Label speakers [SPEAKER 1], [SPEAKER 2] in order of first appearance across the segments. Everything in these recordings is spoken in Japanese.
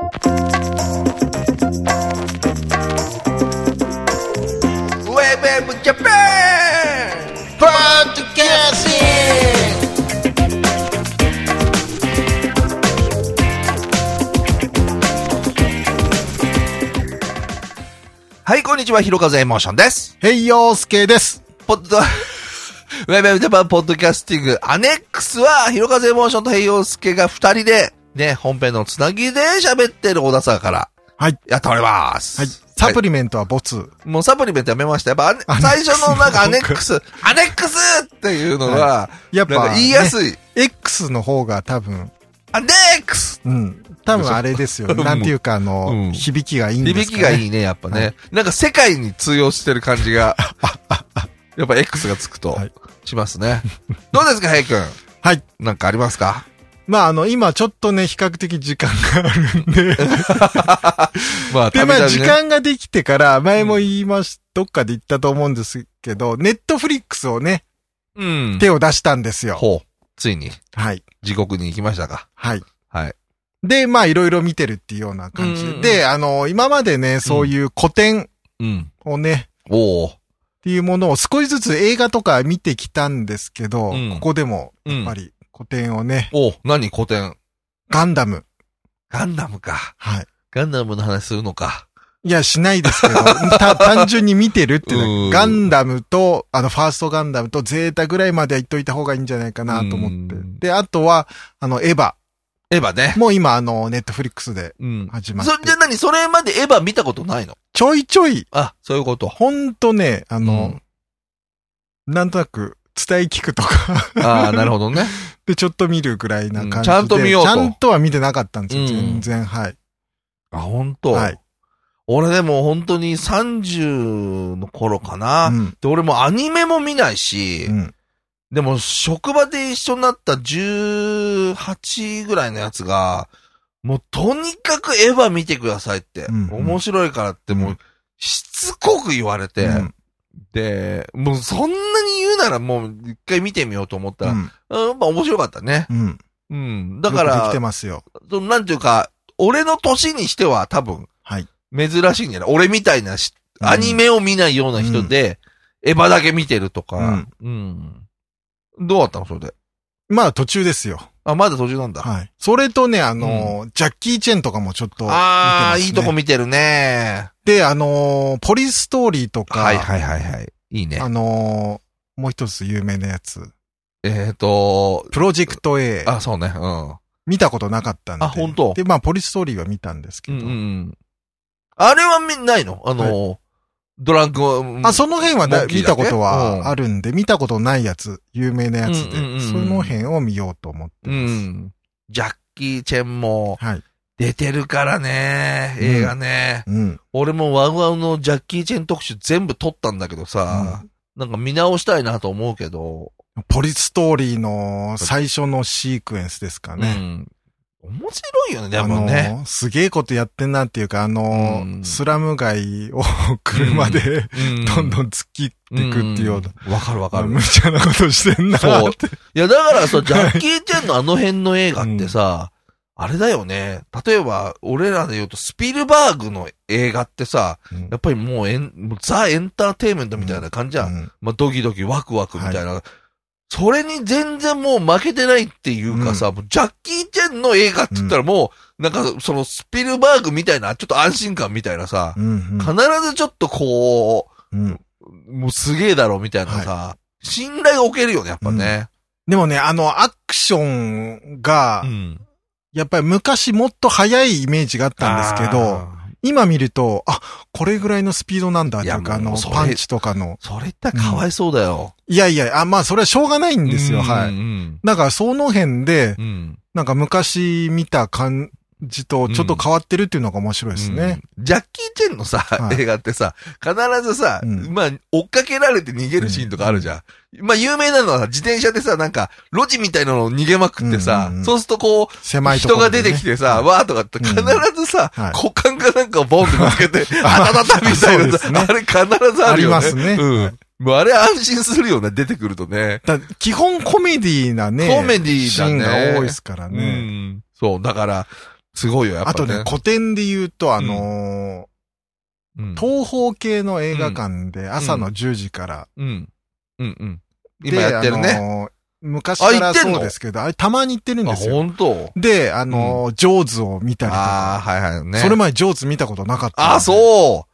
[SPEAKER 1] Web Japan Podcasting。はい、こんにちは、ひろかずエモーションです。
[SPEAKER 2] へいよーすけです。
[SPEAKER 1] ウェブジャパンポッドキャスティングアネックスは、ひろかずエモーションとへいよーすけが二人で、ね、本編のつなぎで喋ってる小田さんから、はい、やっております。
[SPEAKER 2] はい。サプリメントはボツ。
[SPEAKER 1] もうサプリメントやめました。やっぱ最初のなんかアネックスっていうのは、
[SPEAKER 2] やっぱ
[SPEAKER 1] 言いやすい。
[SPEAKER 2] ね、X の方が多分。
[SPEAKER 1] アネックス！
[SPEAKER 2] うん。多分あれですよ。なんていうか響きがいいんですかね。
[SPEAKER 1] 響きがいいね、やっぱね。はい、なんか世界に通用してる感じが、やっぱ X がつくと、しますね。どうですか、ヘイ君。
[SPEAKER 2] はい。
[SPEAKER 1] なんかありますか？
[SPEAKER 2] まあ今ちょっとね、比較的時間があるんで。
[SPEAKER 1] まあ、
[SPEAKER 2] で、まあ時間ができてから、前も言いまし、どっかで言ったと思うんですけど、ネットフリックスをね、手を出したんですよ。
[SPEAKER 1] ほう。ついに。
[SPEAKER 2] はい。
[SPEAKER 1] 地獄に行きましたか。
[SPEAKER 2] はい。
[SPEAKER 1] はい。
[SPEAKER 2] で、まあいろいろ見てるっていうような感じで、今までね、そういう古典をね、っていうものを少しずつ映画とか見てきたんですけど、ここでも、やっぱり古典をね。
[SPEAKER 1] 何古典？
[SPEAKER 2] ガンダム。
[SPEAKER 1] ガンダムか。
[SPEAKER 2] はい。
[SPEAKER 1] ガンダムの話するのか。
[SPEAKER 2] いや、しないですけど、単純に見てるっていうガンダムと、ファーストガンダムとゼータぐらいまでは言っといた方がいいんじゃないかなと思って。で、あとは、エヴァ。
[SPEAKER 1] エヴァね。
[SPEAKER 2] もう今、ネットフリックスで始まって。
[SPEAKER 1] じゃあ何？それまでエヴァ見たことないの？
[SPEAKER 2] ちょいちょい。
[SPEAKER 1] あ、そういうこと。
[SPEAKER 2] ほんとね、なんとなく、伝え聞くとか。
[SPEAKER 1] ああ、なるほどね。
[SPEAKER 2] で、ちょっと見るぐらいな感じで。
[SPEAKER 1] ちゃんと見ようと。
[SPEAKER 2] ちゃんとは見てなかったんですよ、全然、はい。
[SPEAKER 1] あ、ほんと？
[SPEAKER 2] はい。
[SPEAKER 1] 俺でも本当に30の頃かな。で、俺もアニメも見ないし、でも職場で一緒になった18ぐらいのやつが、もうとにかくエヴァ見てくださいって、面白いからってもうしつこく言われて、で、もうそんなに言うならもう一回見てみようと思ったら、やっぱ面白かったね。だから、
[SPEAKER 2] よくできてますよ。
[SPEAKER 1] なんていうか、俺の年にしては多分、珍しいんじゃない？俺みたいなアニメを見ないような人で、エヴァだけ見てるとか、どうだったのそれで。
[SPEAKER 2] まあ途中ですよ。
[SPEAKER 1] あ、まだ途中なんだ。
[SPEAKER 2] はい。それとね、ジャッキー・チェンとかもちょっと見てますね。
[SPEAKER 1] ああ、いいとこ見てるね。
[SPEAKER 2] で、ポリストーリーとか。
[SPEAKER 1] はいはいはいはい。いいね。
[SPEAKER 2] もう一つ有名なやつ。プ
[SPEAKER 1] ロ
[SPEAKER 2] ジェクト A。
[SPEAKER 1] あ、そうね。
[SPEAKER 2] 見たことなかったんで。
[SPEAKER 1] あ、本当。
[SPEAKER 2] で、まあ、ポリストーリーは見たんですけど。
[SPEAKER 1] あれはないの？ドラッグ
[SPEAKER 2] その辺は見たことはあるんで、見たことないやつ、有名なやつで、その辺を見ようと思ってます。
[SPEAKER 1] ジャッキー・チェンも、出てるからね、映画ね。俺もワウワウのジャッキー・チェン特集全部撮ったんだけどさ、なんか見直したいなと思うけど。
[SPEAKER 2] ポリストーリーの最初のシークエンスですかね。
[SPEAKER 1] 面白いよね、でもね。
[SPEAKER 2] すげえことやってんなっていうか、スラム街を車で、どんどん突っ切っていくっていうような。
[SPEAKER 1] わかるわかる。
[SPEAKER 2] 無茶なことしてんなって。そう。
[SPEAKER 1] いや、だからさ、ジャッキー・チェンのあの辺の映画ってさ、あれだよね。例えば、俺らで言うと、スピルバーグの映画ってさ、やっぱりもうザ・エンターテイメントみたいな感じじゃん。まあ、ドキドキワクワクみたいな。それに全然もう負けてないっていうかさ、ジャッキー・チェンの映画って言ったらもう、なんかそのスピルバーグみたいな、ちょっと安心感みたいなさ、必ずちょっとこう、もうすげえだろみたいなさ、信頼が置けるよね、やっぱね。
[SPEAKER 2] でもね、アクションが、やっぱり昔もっと速いイメージがあったんですけど、今見ると、これぐらいのスピードなんだっていうか、パンチとかの。
[SPEAKER 1] それ言ったらかわいそうだよ。
[SPEAKER 2] いやいや、まあそれはしょうがないんですよ、はい。だからその辺で、なんか昔見た感じとちょっと変わってるっていうのが面白いですね。
[SPEAKER 1] ジャッキー・チェンのさ、映画ってさ、必ずさ、まあ、追っかけられて逃げるシーンとかあるじゃん。まあ、有名なのは自転車でさ、なんか、路地みたいなのを逃げまくってさ、そうするとこう、
[SPEAKER 2] 狭いとこ
[SPEAKER 1] 人が出てきてさ、わーとかって必ずさ、股間かなんかをボンってぶつけて、あたたたみたいなさ、あれ必ずあるよね。
[SPEAKER 2] ありますね。
[SPEAKER 1] もうあれ安心するよね、出てくるとね。
[SPEAKER 2] 基本コメディーなね。
[SPEAKER 1] コメディーだね。
[SPEAKER 2] シーンが多いですからね。
[SPEAKER 1] そう、だから、 すごいよ、やっぱり、ね。
[SPEAKER 2] あとね、古典で言うと、東宝系の映画館で朝の10時から。今やってるね。昔からそうですけど、あれたまに行ってるんですよ。
[SPEAKER 1] 本当。
[SPEAKER 2] で、ジョーズを見たりとか。
[SPEAKER 1] はいはいね。
[SPEAKER 2] それ前ジョーズ見たことなかった。
[SPEAKER 1] そう。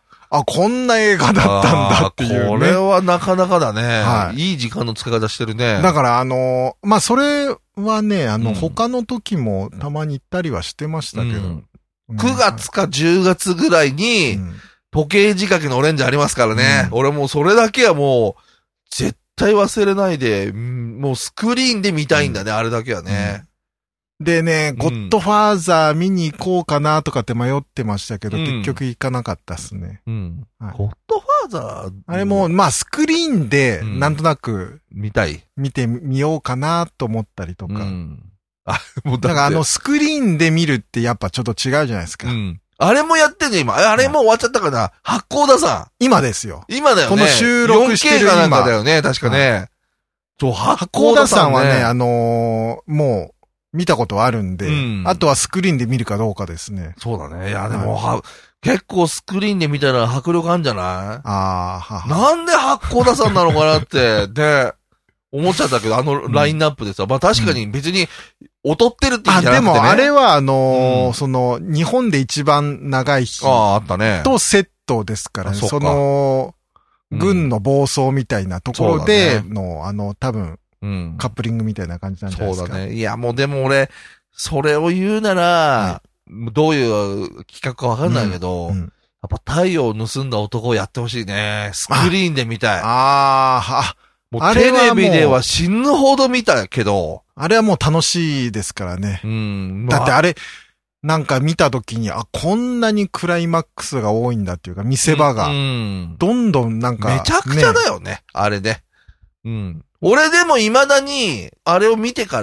[SPEAKER 2] こんな映画だったんだっていう、ね。
[SPEAKER 1] これはなかなかだね。はい。いい時間の使い方してるね。
[SPEAKER 2] だからそれはね、他の時もたまに行ったりはしてましたけど。
[SPEAKER 1] 9月か10月ぐらいに、時計仕掛けのオレンジありますからね。俺もうそれだけはもう、絶対忘れないで、もうスクリーンで見たいんだね、あれだけはね。
[SPEAKER 2] でね、ゴッドファーザー見に行こうかなとかって迷ってましたけど、結局行かなかったっすね。
[SPEAKER 1] ゴッドファーザー
[SPEAKER 2] あれも、スクリーンで、なんとなく、見てみようかなと思ったりとか。もうだからスクリーンで見るってやっぱちょっと違うじゃないですか。
[SPEAKER 1] あれもやってんね、今。あれもう終わっちゃったかな。八甲田さ
[SPEAKER 2] ん。今ですよ。
[SPEAKER 1] 今だよね。
[SPEAKER 2] この収録してる
[SPEAKER 1] 4K かなんかだよね、確かね。そう、
[SPEAKER 2] 八甲田さんはね、もう、見たことあるんで、あとはスクリーンで見るかどうかですね。
[SPEAKER 1] そうだね。いや、でも、結構スクリーンで見たら迫力あるんじゃないなんで八甲田さんなのかなって、で、思っちゃったけど、ラインナップでさ、確かに別に、劣ってるって意味じゃなくてね。
[SPEAKER 2] でもあれは日本で一番長い日。
[SPEAKER 1] あったね。
[SPEAKER 2] とセットですからね。軍の暴走みたいなところでの、多分、カップリングみたいな感じなんじゃないですか。
[SPEAKER 1] そうだね。いや、もうでも俺、それを言うなら、どういう企画かわかんないけど、やっぱ太陽を盗んだ男をやってほしいね。スクリーンで見たい。もうテレビでは死ぬほど見たけど。
[SPEAKER 2] あれはもう楽しいですからね。だってあれ、なんか見たときに、こんなにクライマックスが多いんだっていうか、見せ場が。どんどんなんか。
[SPEAKER 1] めちゃくちゃだよね。あれね。俺でも未だに、あれを見てから、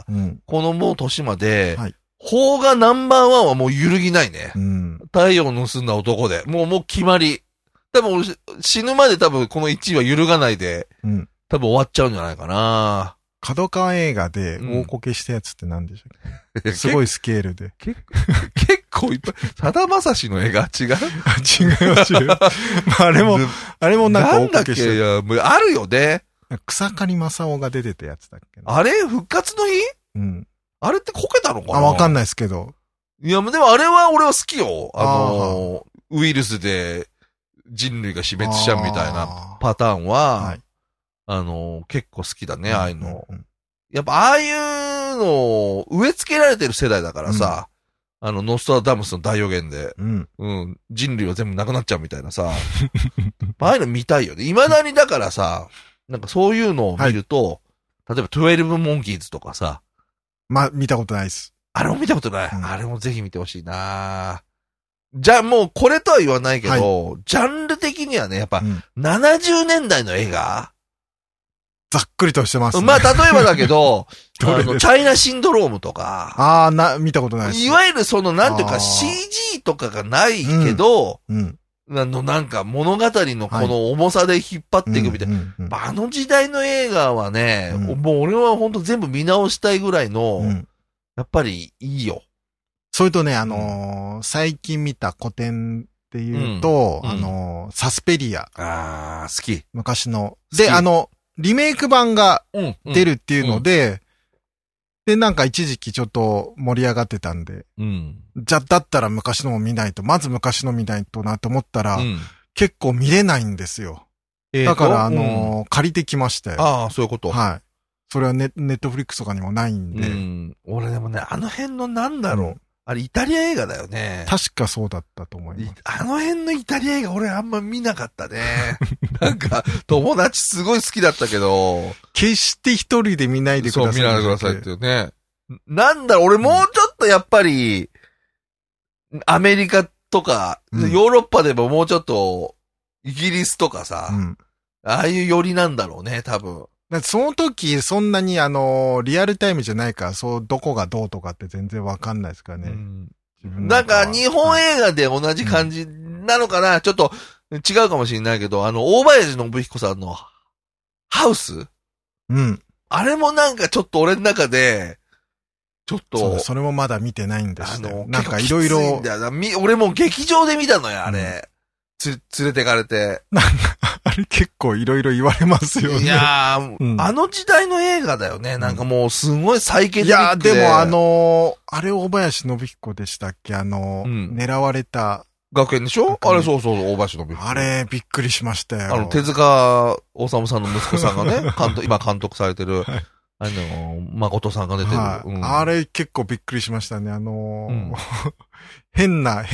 [SPEAKER 1] このもう年まで、邦画ナンバー1はもう揺るぎないね。太陽を盗んだ男で。もう決まり。多分死ぬまで多分この1位は揺るがないで、多分終わっちゃうんじゃないかな。
[SPEAKER 2] 角川映画で大こけしたやつって何でしたっけ、すごいスケールで。
[SPEAKER 1] 結構いっぱい。さだまさしの映画違う
[SPEAKER 2] 違う。あれもなんか大こけしてる。
[SPEAKER 1] いや、あるよね。
[SPEAKER 2] 草刈正雄が出てたやつだっけ、
[SPEAKER 1] あれ復活の日あれってこけたのかな
[SPEAKER 2] わかんないですけど。
[SPEAKER 1] いや、でもあれは俺は好きよ。ウイルスで人類が死滅しちゃうみたいなパターンは、結構好きだね、ああいうの。やっぱああいうのを植え付けられてる世代だからさ、ノストラダムスの大予言で、人類は全部なくなっちゃうみたいなさ、ああいうの見たいよね。未だにだからさ、なんかそういうのを見ると、例えば12モンキーズとかさ、
[SPEAKER 2] 見たことないです。
[SPEAKER 1] あれも見たことない。あれもぜひ見てほしいな。じゃあもうこれとは言わないけど、ジャンル的にはね、やっぱ、70年代の映画
[SPEAKER 2] ざっくりとしてますね。
[SPEAKER 1] 例えばだけど、チャイナシンドロームとか。
[SPEAKER 2] 見たことないです。
[SPEAKER 1] いわゆるなんていうか CG とかがないけど、なんか物語のこの重さで引っ張っていくみたいな。あの時代の映画はね、もう俺は本当全部見直したいぐらいの、やっぱりいいよ。
[SPEAKER 2] それとね、最近見た古典っていうと、サスペリア。
[SPEAKER 1] 好き。
[SPEAKER 2] 昔の。で、リメイク版が出るっていうので、で、なんか一時期ちょっと盛り上がってたんで、だったら昔のも見ないと、まず昔の見ないとなと思ったら、結構見れないんですよ。だから、借りてきましたよ。
[SPEAKER 1] そういうこと。
[SPEAKER 2] はい。それはネットフリックスとかにもないんで。
[SPEAKER 1] 俺でもね、あの辺のなんだろう。あれ、イタリア映画だよね。
[SPEAKER 2] 確かそうだったと思います。
[SPEAKER 1] あの辺のイタリア映画俺あんま見なかったね。なんか、友達すごい好きだったけど。
[SPEAKER 2] 決して一人で見ないでください。
[SPEAKER 1] そう、見ないでくださいっていうね。なんだろう、俺もうちょっとやっぱり、アメリカとか、ヨーロッパでももうちょっと、イギリスとかさ、ああいう寄りなんだろうね、多分。
[SPEAKER 2] その時、そんなにリアルタイムじゃないから、どこがどうとかって全然わかんないですからね。
[SPEAKER 1] なんか、日本映画で同じ感じなのかな、ちょっと違うかもしれないけど、大林信彦さんのハウスあれもなんかちょっと俺の中で、 ちょっと。
[SPEAKER 2] それもまだ見てないんですよ。なんかいろいろ。
[SPEAKER 1] 俺も劇場で見たのよ、あれ。連れてかれて。
[SPEAKER 2] なんか、あれ結構いろいろ言われますよね。
[SPEAKER 1] いやー、あの時代の映画だよね。なんかもうすごい再建的で。いや、
[SPEAKER 2] でもあれ大林信彦でしたっけ狙われた。
[SPEAKER 1] 学園でしょあれそう、大橋のびっくり。
[SPEAKER 2] あれ、びっくりしましたよ。
[SPEAKER 1] 手塚治虫さんの息子さんがね、今監督されてる、はい、誠さんが出てる、
[SPEAKER 2] あれ結構びっくりしましたね。変な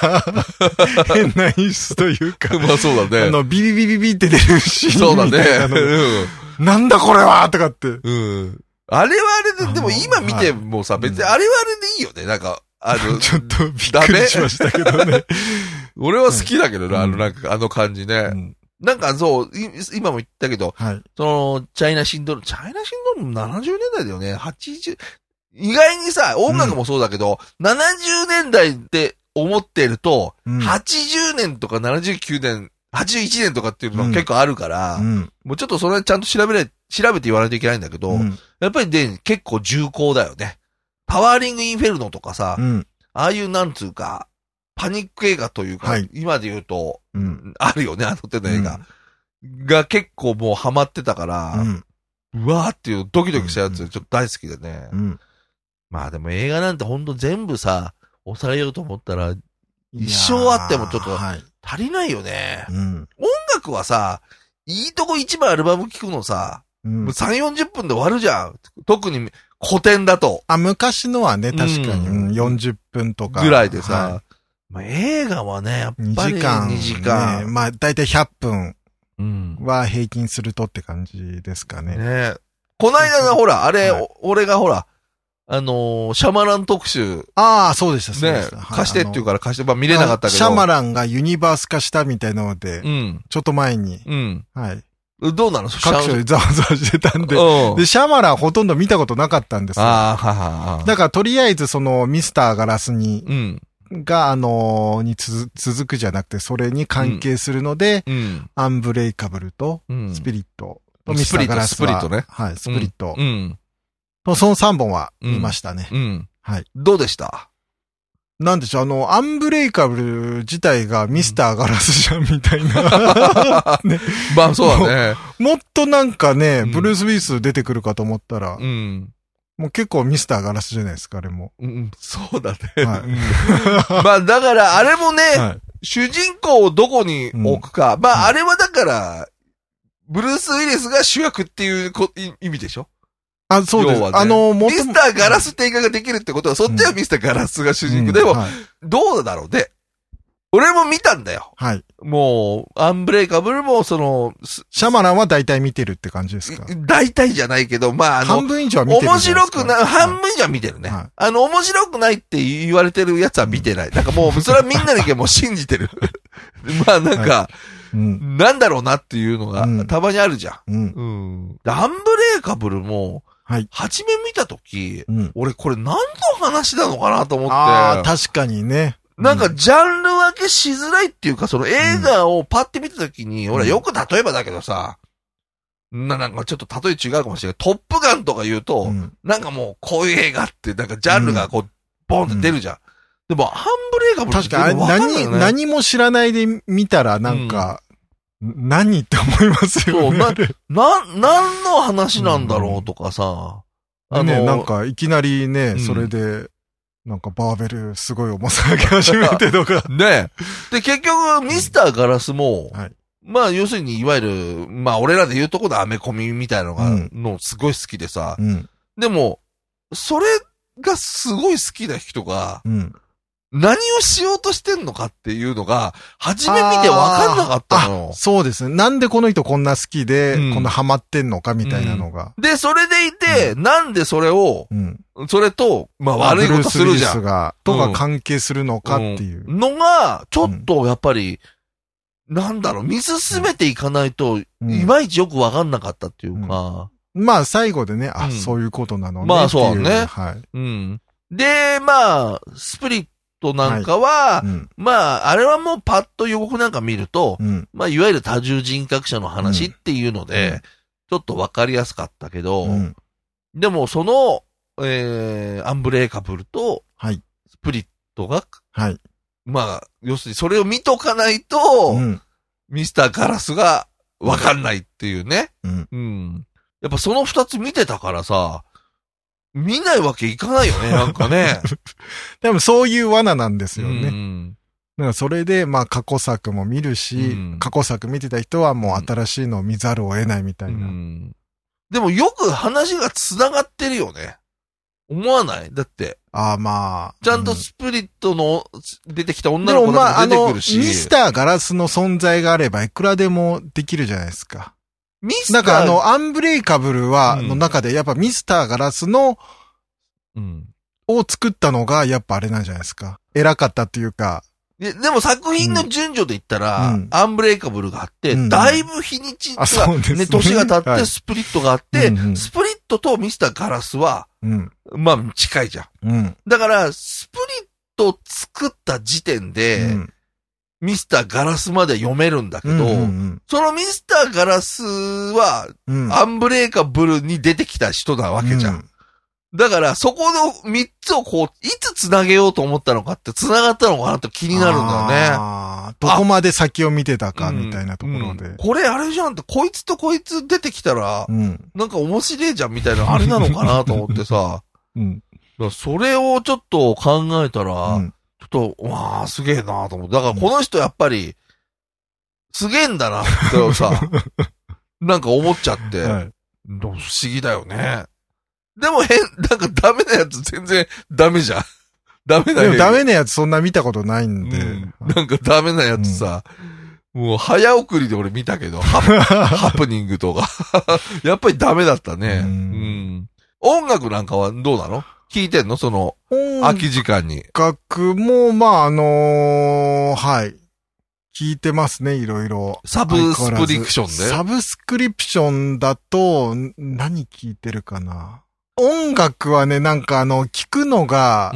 [SPEAKER 2] 演出というか。
[SPEAKER 1] まあそうだね。
[SPEAKER 2] ビビビビビって出るシーン。
[SPEAKER 1] そうだね。
[SPEAKER 2] なんだこれはとかって。
[SPEAKER 1] あれはあれで、でも今見てもさ、別にあれはあれでいいよね。なんか、
[SPEAKER 2] ちょっとびっくりしましたけどね。
[SPEAKER 1] 俺は好きだけどな、なんかあの感じね。なんかそう、今も言ったけど、チャイナシンドローム70年代だよね。意外にさ、音楽もそうだけど、70年代って思ってると、80年とか79年、81年とかっていうのが結構あるから、もうちょっとそれちゃんと調べて言わないといけないんだけど、やっぱりね、結構重厚だよね。パワーリングインフェルノとかさ、ああいうなんつうか、パニック映画というか、今で言うと、あるよね、あの手の映画。が結構もうハマってたから、うわーっていうドキドキしたやつちょっと大好きでね。まあでも映画なんてほんと全部さ、抑えようと思ったら、一生あってもちょっと足りないよね。音楽はさ、いいとこ一枚アルバム聴くのさ、もう3、40分で終わるじゃん。特に古典だと。
[SPEAKER 2] 昔のはね、確かに、40分とか。
[SPEAKER 1] ぐらいでさ、まあ、映画はね、やっぱり2時間。
[SPEAKER 2] まあ、だいたい100分は平均するとって感じですかね。
[SPEAKER 1] ねこないだのほら、あれ、俺がほら、シャマラン特集。
[SPEAKER 2] ああ、そうでした、そうで
[SPEAKER 1] した。ね、貸してって言うから貸して、まあ見れなかったけど。
[SPEAKER 2] シャマランがユニバース化したみたいなので、ちょっと前に。はい。
[SPEAKER 1] どうなの
[SPEAKER 2] 各所でざわざわしてたんで。で、シャマランほとんど見たことなかったんですよ。だからとりあえずそのミスターガラスに、が、に続くじゃなくて、それに関係するので、アンブレイカブルと、スピリットとミスターガラスは。
[SPEAKER 1] スプリットね。
[SPEAKER 2] はい、スプリット。その3本は見ましたね。はい。
[SPEAKER 1] どうでした？
[SPEAKER 2] なんでしょう、アンブレイカブル自体がミスターガラスじゃんみたいな。ね、
[SPEAKER 1] まあそうだね。
[SPEAKER 2] もっとなんかね、ブルース・ウィリス出てくるかと思ったら、もう結構ミスターガラスじゃないですか、あれも。
[SPEAKER 1] そうだね。まあだからあれもね、主人公をどこに置くか。まああれはだから、ブルース・ウィリスが主役っていう意味でしょ？
[SPEAKER 2] そうです。ミ
[SPEAKER 1] スターガラスって映画ができるってことは、そっちはミスターガラスが主人公。でも、どうだろうね。俺も見たんだよ。
[SPEAKER 2] はい。
[SPEAKER 1] もう、アンブレイカブルも、シ
[SPEAKER 2] ャマランは大体見てるって感じですか？
[SPEAKER 1] 大体じゃないけど、まあ
[SPEAKER 2] 半分以上は見てる。
[SPEAKER 1] 面白くない、半分以上は見てるね。面白くないって言われてるやつは見てない。なんかもう、それはみんなの意見も信じてる。まあなんか、なんだろうなっていうのが、たまにあるじゃん。アンブレイカブルも、初め見たとき、俺これ何の話なのかなと思って。
[SPEAKER 2] 確かにね。
[SPEAKER 1] なんかジャンル分けしづらいっていうか、その映画をパッて見たときに、俺よく例えばだけどさ、なんかちょっと例え違うかもしれない。トップガンとか言うと、なんかもうこういう映画って、なんかジャンルがこう、ボンって出るじゃん。でも、アンブレイカブルって
[SPEAKER 2] 確かに何も知らないで見たらなんか、何って思いますよね。
[SPEAKER 1] 何の話なんだろうとかさ。
[SPEAKER 2] なんかいきなりね、それで、なんかバーベルすごい重さ上げ始めてとか。
[SPEAKER 1] ね。で、結局、ミスターガラスも、まあ、要するに、いわゆる、まあ、俺らで言うとこのアメコミみたいなのが、すごい好きでさ。でも、それがすごい好きな人が、何をしようとしてんのかっていうのが、初め見て分かんなかったの。
[SPEAKER 2] そうですね。なんでこの人こんな好きで、こんなハマってんのかみたいなのが。
[SPEAKER 1] で、それでいて、なんでそれを、それと、まあ悪いことするじゃん。
[SPEAKER 2] ブルース・ウィリスが、とか関係するのかっていう。
[SPEAKER 1] のが、ちょっとやっぱり、なんだろう、見進めていかないと、いまいちよく分かんなかったっていうか。
[SPEAKER 2] まあ最後でね、そういうことなのね。
[SPEAKER 1] まあそうね。
[SPEAKER 2] はい。
[SPEAKER 1] で、まあ、スプリットなんかは、まあ、あれはもうパッと予告なんか見ると、まあ、いわゆる多重人格者の話っていうので、ちょっとわかりやすかったけど、でもそのアンブレイカブルと、
[SPEAKER 2] はい。
[SPEAKER 1] スプリットが、
[SPEAKER 2] はい。
[SPEAKER 1] まあ、要するにそれを見とかないと、うん、ミスターガラスがわかんないっていうね。うん。うん。やっぱその二つ見てたからさ、見ないわけいかないよね、なんかね。
[SPEAKER 2] でもそういう罠なんですよね。うん。だからそれで、まあ過去作も見るし、うん、過去作見てた人はもう新しいのを見ざるを得ないみたいな。うん、
[SPEAKER 1] でもよく話が繋がってるよね。思わないだって。
[SPEAKER 2] ああ、まあ。
[SPEAKER 1] ちゃんとスプリットの出てきた女の子だって出てくるし。
[SPEAKER 2] ミスターガラスの存在があればいくらでもできるじゃないですか。なんかアンブレイカブルは、の中でやっぱミスターガラスの、うん、を作ったのがやっぱあれなんじゃないですか。偉かったっていうか。
[SPEAKER 1] でも作品の順序で言ったら、うん、アンブレイカブルがあって、うん、だいぶ日にちが、ね、年が経ってスプリットがあって、はい、スプリットとミスターガラスは、うん、まあ近いじゃん。うん、だから、スプリットを作った時点で、うん、ミスターガラスまで読めるんだけど、うんうんうん、そのミスターガラスは、アンブレイカブルに出てきた人なわけじゃん。うん、だから、そこの3つをこう、いつ繋げようと思ったのかって繋がったのかなって気になるんだよね。
[SPEAKER 2] どこまで先を見てたかみたいなところで。うん、
[SPEAKER 1] これあれじゃんって、こいつとこいつ出てきたら、うん、なんか面白いじゃんみたいなあれなのかなと思ってさ。うん、それをちょっと考えたら、うん、ちょっと、わー、すげえなと思って。だからこの人やっぱり、すげえんだなってさ、なんか思っちゃって、はい、不思議だよね。でもなんかダメなやつ全然ダメじゃん。ダメなやつ。でも
[SPEAKER 2] ダメなやつそんな見たことないんで。うん、
[SPEAKER 1] なんかダメなやつさ、もう早送りで俺見たけど、ハプニングとか。やっぱりダメだったね。うん、音楽なんかはどうなの？聞いてんの？その、空き時間に。
[SPEAKER 2] 音楽も、まあはい。聞いてますね、いろいろ。
[SPEAKER 1] サブスクリプションで？
[SPEAKER 2] サブスクリプションだと、何聞いてるかな。音楽はね、なんか聞くのが、うん、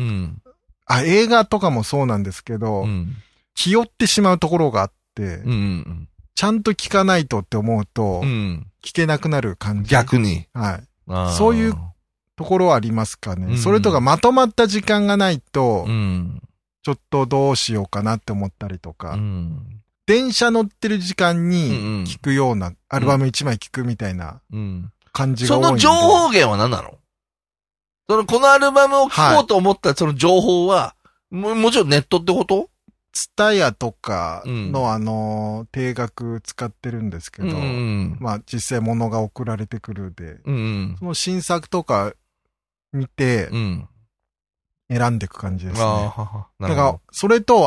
[SPEAKER 2] 映画とかもそうなんですけど、うん、気負ってしまうところがあって、うんうん、ちゃんと聞かないとって思うと、うん、聞けなくなる感じ。
[SPEAKER 1] 逆に。
[SPEAKER 2] はい。そういうところはありますかね。うん、それとかまとまった時間がないと、うん、ちょっとどうしようかなって思ったりとか、うん、電車乗ってる時間に聞くような、アルバム1枚聞くみたいな感じが多いんで。
[SPEAKER 1] その情報源は何なの？このアルバムを聴こうと思ったその情報は、もちろんネットってこと？
[SPEAKER 2] ツタヤとかの定額使ってるんですけど、うん、まあ実際物が送られてくるで、うん、その新作とか見て、選んでいく感じですね。だから、それと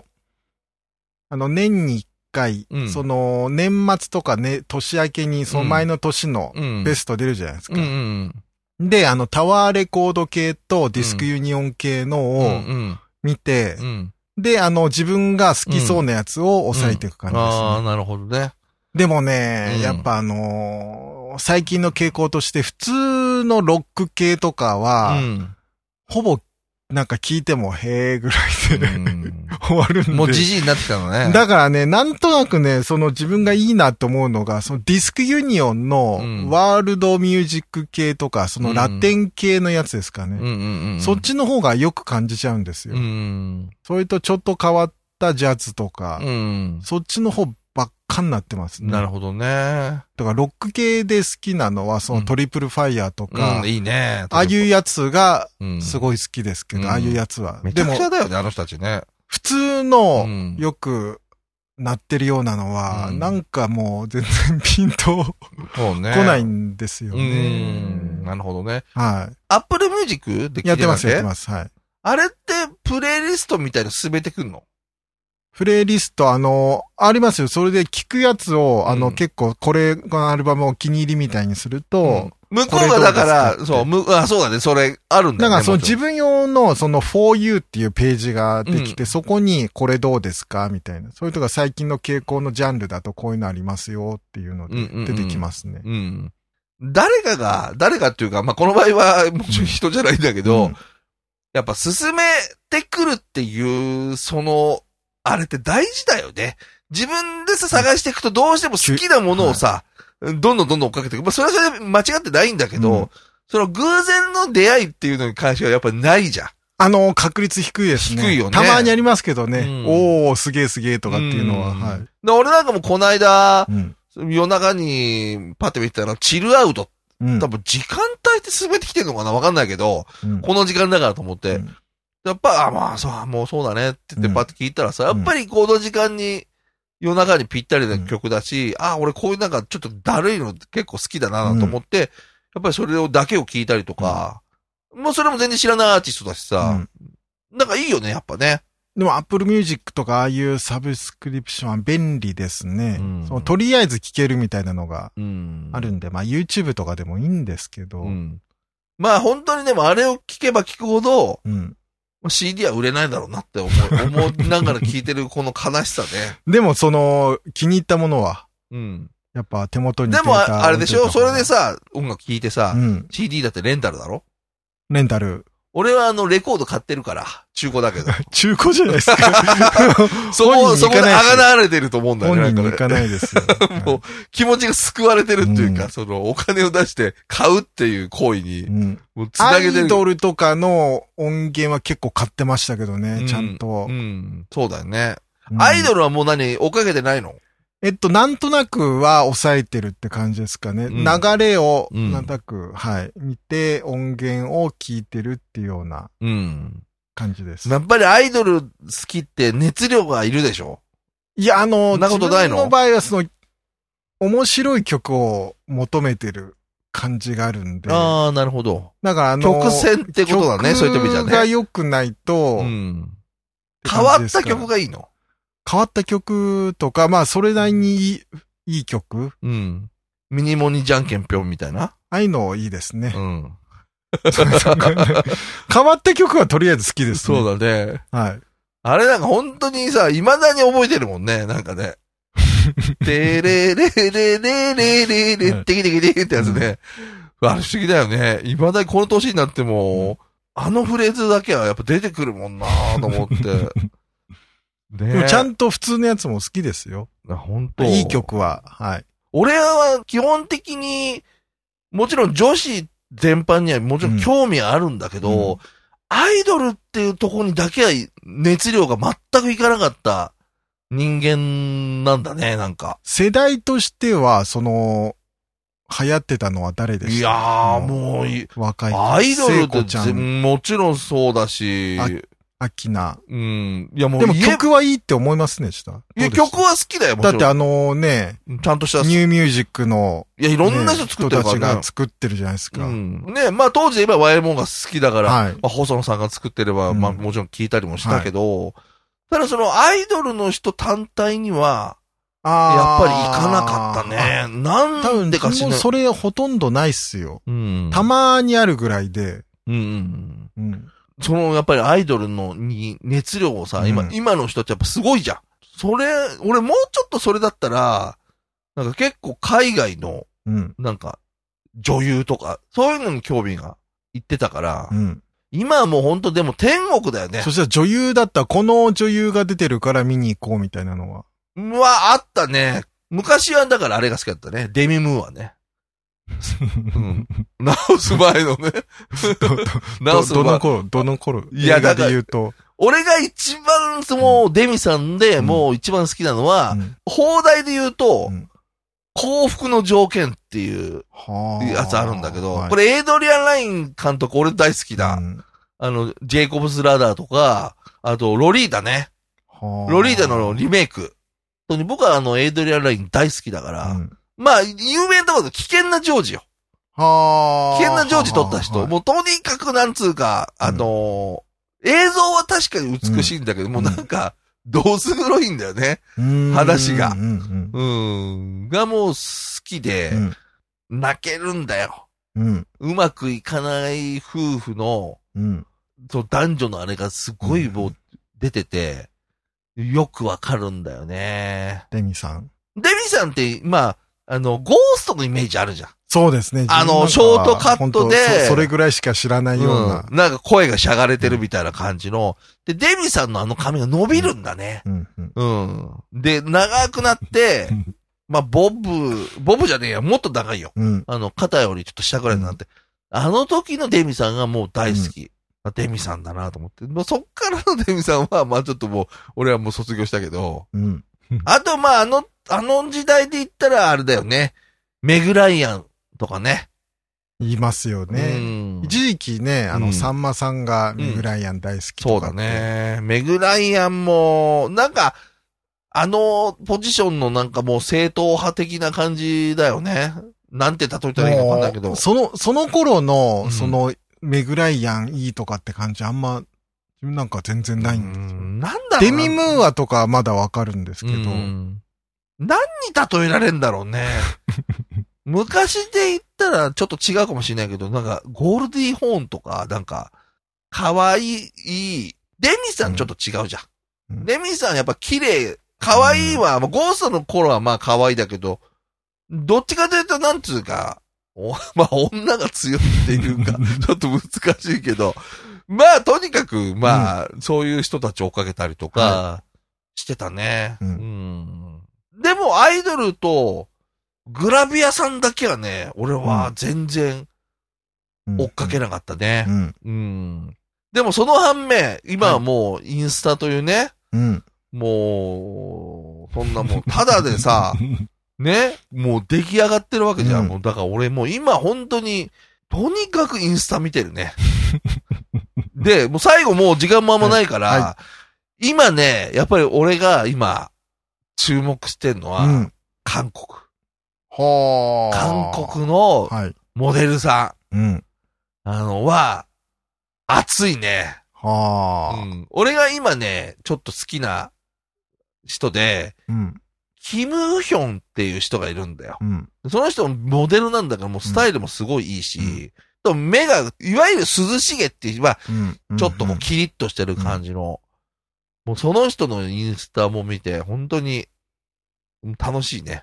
[SPEAKER 2] 年に1回、その年末とかね、年明けにその前の年のベスト出るじゃないですか。で、タワーレコード系とディスクユニオン系のを見て、で、自分が好きそうなやつを抑えていく感じですね。
[SPEAKER 1] ああ、なるほどね。
[SPEAKER 2] でもね、やっぱ最近の傾向として普通のロック系とかは、ほぼなんか聞いてもへーぐらいで、終わるんで。
[SPEAKER 1] もうじじいになってきたのね。
[SPEAKER 2] だからね、なんとなくね、その自分がいいなと思うのが、そのディスクユニオンのワールドミュージック系とか、そのラテン系のやつですかね。そっちの方がよく感じちゃうんですよ。それとちょっと変わったジャズとか、そっちの方ばっかになってますね。
[SPEAKER 1] なるほどね。
[SPEAKER 2] だからロック系で好きなのは、そのトリプルファイヤーとか、
[SPEAKER 1] いいね。
[SPEAKER 2] ああいうやつがすごい好きですけど、ああいうやつは。
[SPEAKER 1] めちゃくちゃだよね、あの人たちね。
[SPEAKER 2] 普通のよくなってるようなのは、なんかもう全然ピンと来ないんですよね。
[SPEAKER 1] なるほどね。
[SPEAKER 2] はい。
[SPEAKER 1] アップルミュージックで聞いてます？
[SPEAKER 2] やってます、やってます。はい。
[SPEAKER 1] あれってプレイリストみたいなの進めてくんの？
[SPEAKER 2] プレイリスト、ありますよ。それで聞くやつを、結構、このアルバムをお気に入りみたいにすると、
[SPEAKER 1] 向こうがだから、そうだね、それ、あるんだね。
[SPEAKER 2] だから、その自分用の、その For You っていうページができて、そこに、これどうですかみたいな。それとか最近の傾向のジャンルだとこういうのありますよっていうので、出てきますね。
[SPEAKER 1] 誰かっていうか、まあ、この場合は、もちろん人じゃないんだけど、やっぱ進めてくるっていう、あれって大事だよね。自分でさ、探していくとどうしても好きなものをさ、どんどん追っかけていく。まあ、それはそれで間違ってないんだけど、 その偶然の出会いっていうのに関してはやっぱりないじゃん。
[SPEAKER 2] 確率低いですね。
[SPEAKER 1] 低いよね。
[SPEAKER 2] たまにありますけどね。おー、すげえとかっていうのは、はい。
[SPEAKER 1] で、俺なんかもこの間、夜中にパッて見てたら、チルアウト。多分時間帯って全て来てんのかなわかんないけど、この時間だからと思って。やっぱ、まあ、そう、もうそうだねって言ってパッて聞いたらさ、やっぱりこの時間に、夜中にぴったりな曲だし、俺こういうなんかちょっとだるいの結構好きだなと思って、やっぱりそれだけを聞いたりとか、もうそれも全然知らないアーティストだしさ、なんかいいよね、やっぱね。
[SPEAKER 2] でも Apple Music とかああいうサブスクリプションは便利ですね。とりあえず聴けるみたいなのがあるんで、まあ YouTube とかでもいいんですけど。
[SPEAKER 1] まあ本当にでもあれを聴けば聴くほど、CD は売れないだろうなって思いながら聴いてるこの悲しさね。
[SPEAKER 2] でも気に入ったものは、やっぱ手元に
[SPEAKER 1] でもあれでしょ、それでさ、音楽聴いてさ、CD だってレンタルだろ？
[SPEAKER 2] レンタル。
[SPEAKER 1] 俺はレコード買ってるから、中古だけど。
[SPEAKER 2] 中古じゃないですか。
[SPEAKER 1] そこであがなわれてると思うんだよね。
[SPEAKER 2] 本人に行かないですよ。
[SPEAKER 1] もう気持ちが救われてるっていうか、お金を出して買うっていう行為に、もうつなげてる。
[SPEAKER 2] アイドルとかの音源は結構買ってましたけどね、ちゃんと。
[SPEAKER 1] そうだよね。アイドルはもう追っかけてないの？
[SPEAKER 2] なんとなくは抑えてるって感じですかね。流れを、なんとなく、見て音源を聞いてるっていうような感じです。
[SPEAKER 1] やっぱりアイドル好きって熱量がいるでしょ？
[SPEAKER 2] いや、
[SPEAKER 1] なことないの？
[SPEAKER 2] 自分の場合は面白い曲を求めてる感じがあるんで。
[SPEAKER 1] ああ、なるほど。
[SPEAKER 2] だから
[SPEAKER 1] 曲線ってことだね、そういう意味じゃね。
[SPEAKER 2] 曲が良くないと、
[SPEAKER 1] 変わった曲がいいの？
[SPEAKER 2] 変わった曲とか、まあ、それなりにいい曲。
[SPEAKER 1] ミニモニじゃんけんぴょんみたいな。
[SPEAKER 2] ああいうのいいですね。変わった曲はとりあえず好きです
[SPEAKER 1] ね。そうだね。
[SPEAKER 2] はい。
[SPEAKER 1] あれなんか本当にさ、未だに覚えてるもんね、なんかね。てれれれれれれれってきてきてってやつね。あれ不思議だよね。未だにこの年になっても、あのフレーズだけはやっぱ出てくるもんなと思って。
[SPEAKER 2] でもちゃんと普通のやつも好きですよ。
[SPEAKER 1] 本当。
[SPEAKER 2] いい曲は。はい。
[SPEAKER 1] 俺は基本的に、もちろん女子全般にはもちろん興味はあるんだけど、アイドルっていうところにだけは熱量が全くいかなかった人間なんだね、なんか。
[SPEAKER 2] 世代としては、流行ってたのは誰でした？
[SPEAKER 1] いやー、もう、
[SPEAKER 2] 若い。
[SPEAKER 1] アイドルってもちろんそうだし、
[SPEAKER 2] アキナ。
[SPEAKER 1] いやもう。
[SPEAKER 2] でも曲はいいって思いますね、い
[SPEAKER 1] や、曲は好きだよ、もちろん。
[SPEAKER 2] だって
[SPEAKER 1] ちゃんとした。
[SPEAKER 2] ニューミュージックの、
[SPEAKER 1] いや、いろんな人作ってるからね。
[SPEAKER 2] 人たちが作ってるじゃないですか。
[SPEAKER 1] ね、まあ当時で言えば YMO が好きだから、まあ細野さんが作ってれば、まあもちろん聞いたりもしたけど、ただアイドルの人単体には、やっぱり行かなかったね。なんでかしら。
[SPEAKER 2] それほとんどないっすよ。たまにあるぐらいで。
[SPEAKER 1] やっぱりアイドルに熱量をさ、今の人ってやっぱすごいじゃん。俺もうちょっとそれだったら、なんか結構海外の、なんか、女優とか、そういうのに興味がいってたから、今はもうほんとでも天国だよね。
[SPEAKER 2] そしたら女優だったらこの女優が出てるから見に行こうみたいなのは。
[SPEAKER 1] あったね。昔はだからあれが好きだったね。デミムーアね。直す前のね。
[SPEAKER 2] 直す前。どの頃
[SPEAKER 1] いや、だから
[SPEAKER 2] 言うと。
[SPEAKER 1] 俺が一番デミさんでもう一番好きなのは、放題で言うと、幸福の条件っていうやつあるんだけど、これエイドリアン・ライン監督俺大好きだ。ジェイコブス・ラダーとか、あとロリータね。ロリータのリメイク。僕はエイドリアン・ライン大好きだから、まあ、有名なところで危険なジョージよ。危険なジョージ撮った人。もうとにかくなんつうか、映像は確かに美しいんだけど、もうなんか、どうす黒いんだよね。話が。がもう好きで、泣けるんだよ。うまくいかない夫婦の、男女のあれがすごいもう出てて、よくわかるんだよね。
[SPEAKER 2] デミさん
[SPEAKER 1] って、まあ、ゴーストのイメージあるじゃん。
[SPEAKER 2] そうですね。
[SPEAKER 1] ショートカットで、
[SPEAKER 2] それぐらいしか知らないような。
[SPEAKER 1] なんか声がしゃがれてるみたいな感じの。で、デミさんの髪が伸びるんだね。で、長くなって、まあ、ボブじゃねえや、もっと長いよ。肩よりちょっと下ぐらいになって。 あの時のデミさんがもう大好き。デミさんだなと思って。そっからのデミさんは、まあちょっともう、俺はもう卒業したけど。あと、まああの時代で言ったらあれだよね。メグライアンとかね。
[SPEAKER 2] 言いますよね。一時期ね、さんまさんがメグライアン大好きとか、
[SPEAKER 1] そうだね。メグライアンも、なんか、ポジションのなんかもう正統派的な感じだよね。なんて例えたらいいかわかんないけど。
[SPEAKER 2] その頃の、メグライアンいいとかって感じあんま、なんか全然ないんですよ。
[SPEAKER 1] なんだろうな。
[SPEAKER 2] デミムーアとかはまだわかるんですけど。
[SPEAKER 1] 何に例えられんだろうね。昔で言ったらちょっと違うかもしれないけど、なんか、ゴールディーホーンとか、なんか、可愛い、デミさんちょっと違うじゃん。デミさんやっぱ綺麗、可愛いは、ゴーストの頃はまあ可愛いだけど、どっちかというとなんつうか、まあ女が強いっていうか、ちょっと難しいけど、まあとにかく、まあ、そういう人たちを追っかけたりとか、してたね。でもアイドルと、グラビアさんだけはね、俺は全然追っかけなかったね。でもその反面、今はもうインスタというね、もう、そんなもん、ただでさ、ね、もう出来上がってるわけじゃん。もうだから俺もう今本当に、とにかくインスタ見てるね。で、もう最後もう時間もあんまないから、今ね、やっぱり俺が今、注目してるのは、韓国。韓国のモデルさん。は、熱いね。俺が今ね、ちょっと好きな人で、キム・ヒョンっていう人がいるんだよ。その人もモデルなんだからもうスタイルもすごいいいし、目が、いわゆる涼しげっていう、まあ、ちょっとこうキリッとしてる感じの、もうその人のインスタも見て、本当に楽しいね。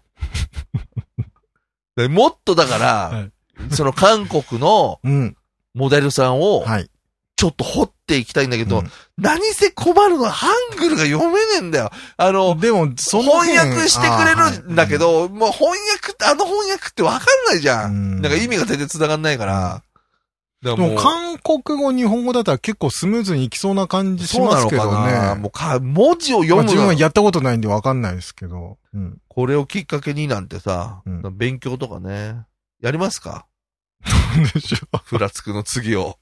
[SPEAKER 1] もっとだから、その韓国のモデルさんを、ちょっと掘っていきたいんだけど、何せ困るのはハングルが読めねえんだよ。
[SPEAKER 2] でも、
[SPEAKER 1] 翻訳してくれるんだけど、もう翻訳ってわかんないじゃん。なんか意味が全然繋がんないから。
[SPEAKER 2] でも韓国語、日本語だったら結構スムーズにいきそうな感じしますけどね。そうなのかな。
[SPEAKER 1] もう文字を読むの。
[SPEAKER 2] 自分はやったことないんでわかんないですけど。
[SPEAKER 1] これをきっかけになんてさ、勉強とかね、やりますか？
[SPEAKER 2] でしょ。
[SPEAKER 1] フラつくの次を。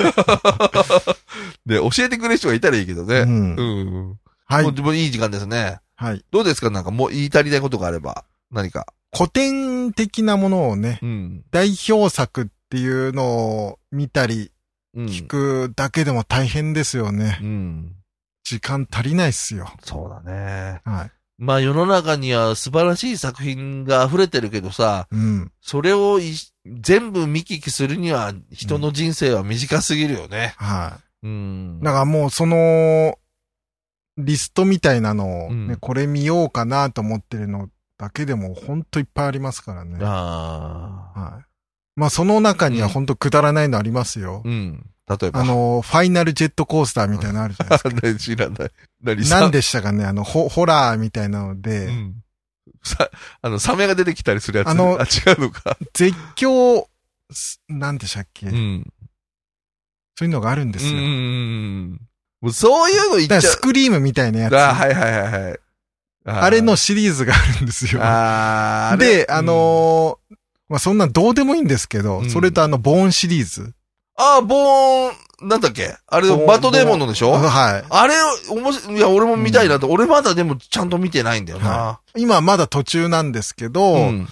[SPEAKER 1] で、教えてくれる人がいたらいいけどね。はい。もういい時間ですね。
[SPEAKER 2] はい。
[SPEAKER 1] どうですか？なんかもう言い足りないことがあれば、何か。
[SPEAKER 2] 古典的なものをね、代表作っていうのを見たり、聞くだけでも大変ですよね。時間足りないっすよ。
[SPEAKER 1] そうだね。
[SPEAKER 2] はい。
[SPEAKER 1] まあ世の中には素晴らしい作品が溢れてるけどさ、それを全部見聞きするには人の人生は短すぎるよね。
[SPEAKER 2] はい。だからもうその、リストみたいなのを、ね、これ見ようかなと思ってるのだけでもほんといっぱいありますからね。はい。まあその中にはほんとくだらないのありますよ。
[SPEAKER 1] 例えば。
[SPEAKER 2] ファイナルジェットコースターみたいなのあるじゃないですか。
[SPEAKER 1] 知らない。
[SPEAKER 2] 何でしたかねホラーみたいなので。
[SPEAKER 1] サメが出てきたりするやつ。違うのか。
[SPEAKER 2] 絶叫、何でしたっけ？そういうのがあるんですよ。
[SPEAKER 1] もうそういうの言っちゃう。
[SPEAKER 2] スクリームみたいなやつ。
[SPEAKER 1] はい。
[SPEAKER 2] あれのシリーズがあるんですよ。で、まあ、そんなどうでもいいんですけど、それとボーンシリーズ。
[SPEAKER 1] ボーン、なんだっけあれ、バトデーモンのでしょ？はい。あれ、いや、俺も見たいなと。俺まだでもちゃんと見てないんだよな。
[SPEAKER 2] 今まだ途中なんですけど、ウォ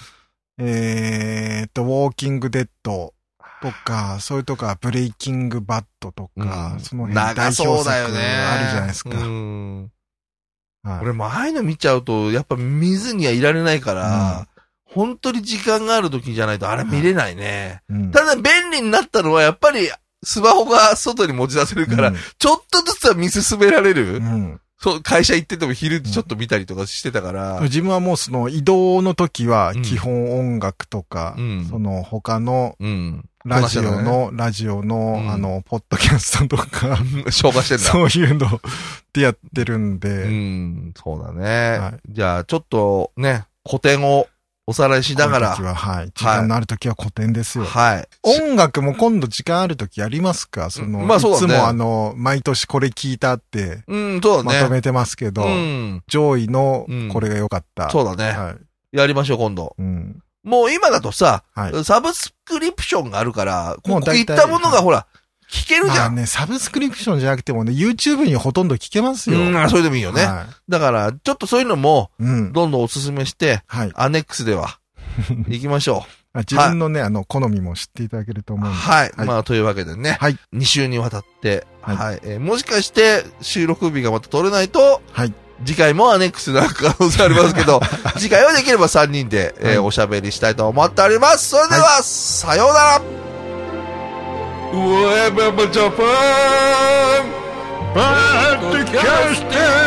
[SPEAKER 2] ーキングデッドとか、それとか、ブレイキングバッドとか、その辺代表作あるじゃないですか。俺もああいうの見ちゃうと、やっぱ見ずにはいられないから、本当に時間がある時じゃないとあれ見れないね。ただ便利になったのはやっぱりスマホが外に持ち出せるから、ちょっとずつは見進められる。そう、会社行ってても昼ちょっと見たりとかしてたから。自分はもうその移動の時は基本音楽とか、その他のラジオの、ポッドキャストとか、
[SPEAKER 1] 消化してんだ。
[SPEAKER 2] そういうのでやってるんで。
[SPEAKER 1] そうだね。じゃあちょっとね、古典をおさらいしながら。
[SPEAKER 2] 時間のある時は古典ですよ。
[SPEAKER 1] はい。
[SPEAKER 2] 音楽も今度時間ある時やりますか？
[SPEAKER 1] そうだね。い
[SPEAKER 2] つも毎年これ聞いたって、
[SPEAKER 1] そうだね。
[SPEAKER 2] まとめてますけど、上位のこれが良かった。
[SPEAKER 1] そうだね。はい。やりましょう、今度。もう今だとさ、サブスクリプションがあるから、こういったものがほら、聞けるじゃん。まあ
[SPEAKER 2] ね、サブスクリプションじゃなくてもね、YouTube にほとんど聞けますよ。
[SPEAKER 1] それでもいいよね。だから、ちょっとそういうのも、どんどんおすすめして、アネックスでは、行きましょ
[SPEAKER 2] う。自分のね、好みも知っていただけると思うんで。
[SPEAKER 1] はい。まあ、というわけでね、2週にわたって、もしかして収録日がまた取れないと、次回もアネックスになる可能性ありますけど、次回はできれば3人で、おしゃべりしたいと思っております。それでは、さようなら。Web Japan Podcast